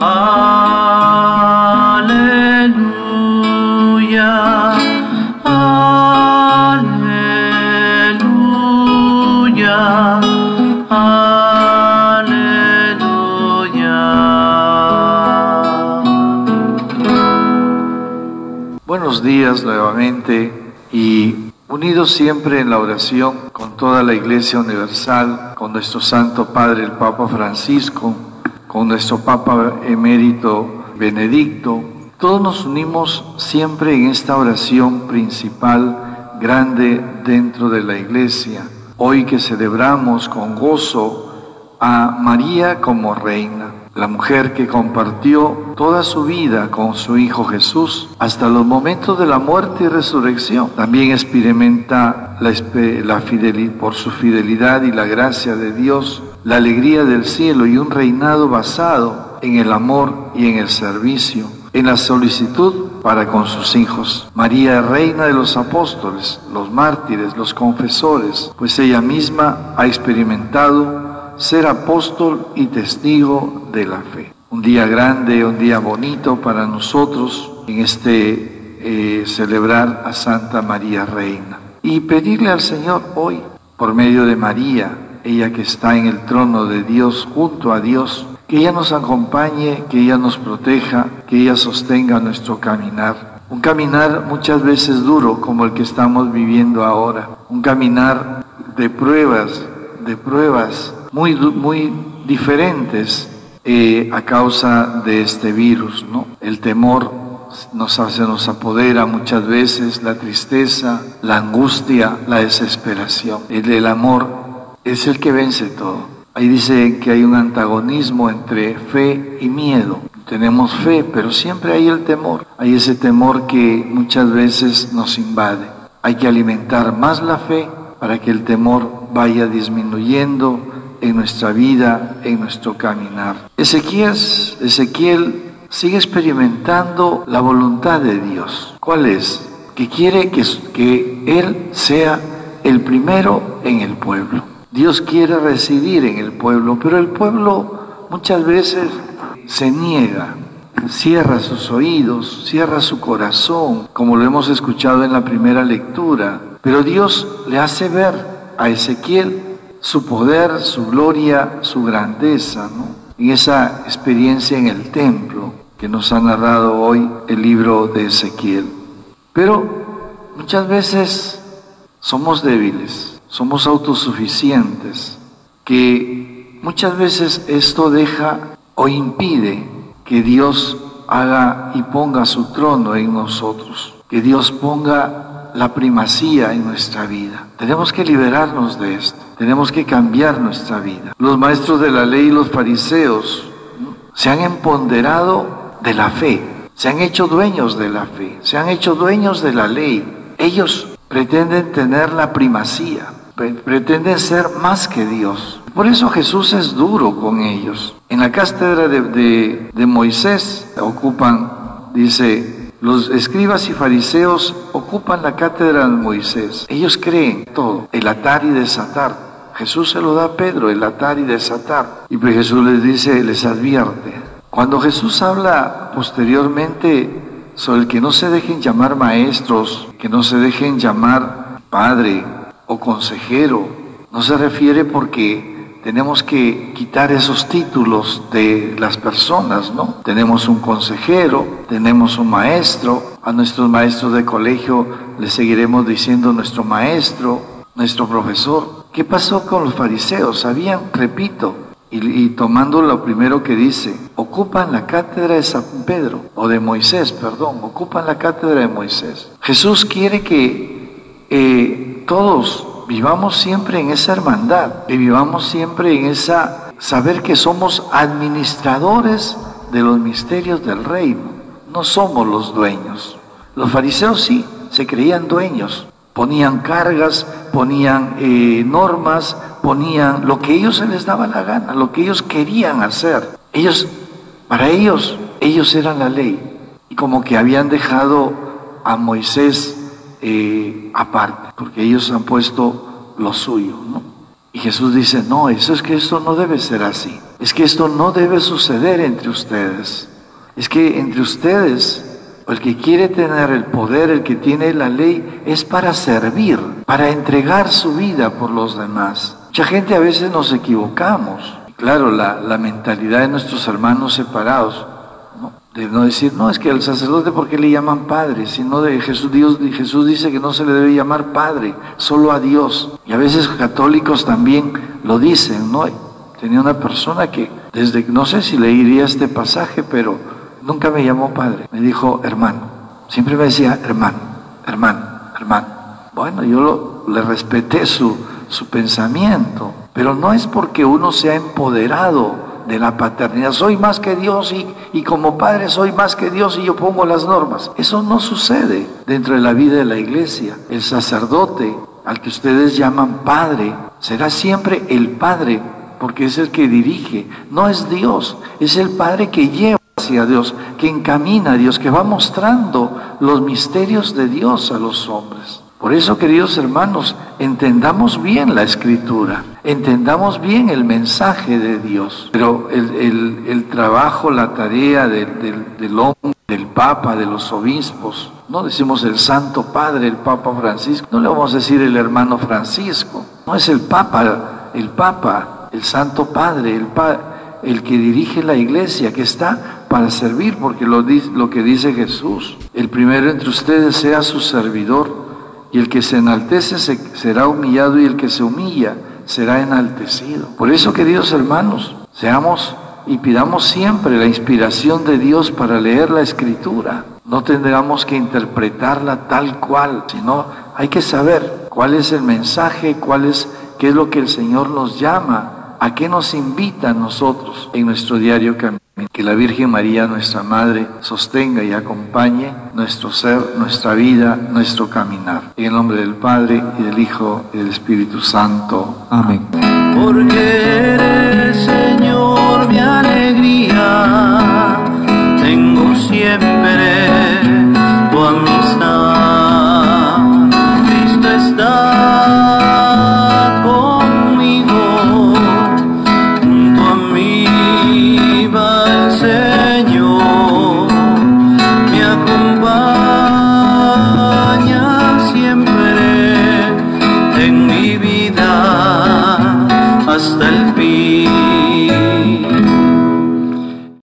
Aleluya, aleluya, aleluya. Buenos días nuevamente y unidos siempre en la oración con toda la Iglesia Universal, con nuestro Santo Padre el Papa Francisco, con nuestro Papa Emérito Benedicto, todos nos unimos siempre en esta oración principal grande dentro de la Iglesia. Hoy que celebramos con gozo a María como Reina, la mujer que compartió toda su vida con su Hijo Jesús hasta los momentos de la muerte y resurrección. También experimenta por su fidelidad y la gracia de Dios, la alegría del cielo y un reinado basado en el amor y en el servicio, en la solicitud para con sus hijos. María es reina de los apóstoles, los mártires, los confesores, pues ella misma ha experimentado ser apóstol y testigo de la fe. Un día grande, un día bonito para nosotros en celebrar a Santa María Reina. Y pedirle al Señor hoy, por medio de María, ella que está en el trono de Dios, junto a Dios, que ella nos acompañe, que ella nos proteja, que ella sostenga nuestro caminar. Un caminar muchas veces duro como el que estamos viviendo ahora. Un caminar de pruebas muy diferentes a causa de este virus, ¿no? El temor nos apodera muchas veces, la tristeza, la angustia, la desesperación. El amor es el que vence todo. Ahí dice que hay un antagonismo entre fe y miedo. Tenemos fe, pero siempre hay el temor. Hay ese temor que muchas veces nos invade. Hay que alimentar más la fe para que el temor vaya disminuyendo en nuestra vida, en nuestro caminar. Ezequiel sigue experimentando la voluntad de Dios. ¿Cuál es? Que quiere que Él sea el primero en el pueblo. Dios quiere residir en el pueblo, pero el pueblo muchas veces se niega, cierra sus oídos, cierra su corazón, como lo hemos escuchado en la primera lectura. Pero Dios le hace ver a Ezequiel su poder, su gloria, su grandeza, ¿no? En esa experiencia en el templo que nos ha narrado hoy el libro de Ezequiel. Pero muchas veces somos débiles, somos autosuficientes, que muchas veces esto deja o impide que Dios haga y ponga su trono en nosotros, que Dios ponga la primacía en nuestra vida. Tenemos que liberarnos de esto, tenemos que cambiar nuestra vida. Los maestros de la ley y los fariseos se han empoderado de la fe, se han hecho dueños de la fe, se han hecho dueños de la ley. Ellos pretenden tener la primacía, pretenden ser más que Dios. Por eso Jesús es duro con ellos. En la cátedra de Moisés los escribas y fariseos ocupan la cátedra de Moisés. Ellos creen todo, el atar y desatar. Jesús se lo da a Pedro, el atar y desatar. Y pues Jesús les advierte. Cuando Jesús habla posteriormente sobre el que no se dejen llamar maestros, que no se dejen llamar padre o consejero, no se refiere porque tenemos que quitar esos títulos de las personas, ¿no? Tenemos un consejero, tenemos un maestro, a nuestros maestros de colegio les seguiremos diciendo nuestro maestro, nuestro profesor. ¿Qué pasó con los fariseos? Repito, y tomando lo primero que dice, ocupan la cátedra de San Pedro, o de Moisés, perdón, ocupan la cátedra de Moisés. Jesús quiere que todos vivamos siempre en esa hermandad, que vivamos siempre en saber que somos administradores de los misterios del reino, no somos los dueños. Los fariseos sí, se creían dueños, ponían cargas, ponían normas, ponían lo que ellos se les daba la gana, lo que ellos querían hacer. Para ellos eran la ley, y como que habían dejado a Moisés aparte, porque ellos han puesto lo suyo, ¿no? Y Jesús dice, no, eso es que esto no debe ser así. Es que esto no debe suceder entre ustedes. Es que entre ustedes, el que quiere tener el poder, el que tiene la ley, es para servir, para entregar su vida por los demás. Mucha gente a veces nos equivocamos. Y claro, la mentalidad de nuestros hermanos separados, ¿no? De no decir, no, es que al sacerdote, ¿por qué le llaman padre? Sino de Jesús dice que no se le debe llamar padre, solo a Dios. Y a veces católicos también lo dicen, ¿no? Tenía una persona que, no sé si leería este pasaje, pero nunca me llamó padre. Me dijo hermano. Siempre me decía hermano, hermano, hermano. Bueno, yo le respeté su pensamiento, pero no es porque uno se ha empoderado de la paternidad, soy más que Dios y como padre soy más que Dios y yo pongo las normas. Eso no sucede dentro de la vida de la iglesia. El sacerdote, al que ustedes llaman padre, será siempre el padre, porque es el que dirige, no es Dios, es el padre que lleva hacia Dios, que encamina a Dios, que va mostrando los misterios de Dios a los hombres. Por eso, queridos hermanos, entendamos bien la Escritura, entendamos bien el mensaje de Dios. Pero el trabajo, la tarea del hombre, del Papa, de los obispos, no decimos el Santo Padre, el Papa Francisco, no le vamos a decir el hermano Francisco, no es el Papa, el Santo Padre, el que dirige la iglesia, que está para servir, porque lo que dice Jesús, el primero entre ustedes sea su servidor. Y el que se enaltece será humillado, y el que se humilla será enaltecido. Por eso, queridos hermanos, seamos y pidamos siempre la inspiración de Dios para leer la Escritura. No tendremos que interpretarla tal cual, sino hay que saber cuál es el mensaje, qué es lo que el Señor nos llama, a qué nos invita a nosotros en nuestro diario camino. Que la Virgen María, nuestra Madre, sostenga y acompañe nuestro ser, nuestra vida, nuestro caminar. En el nombre del Padre, y del Hijo, y del Espíritu Santo. Amén.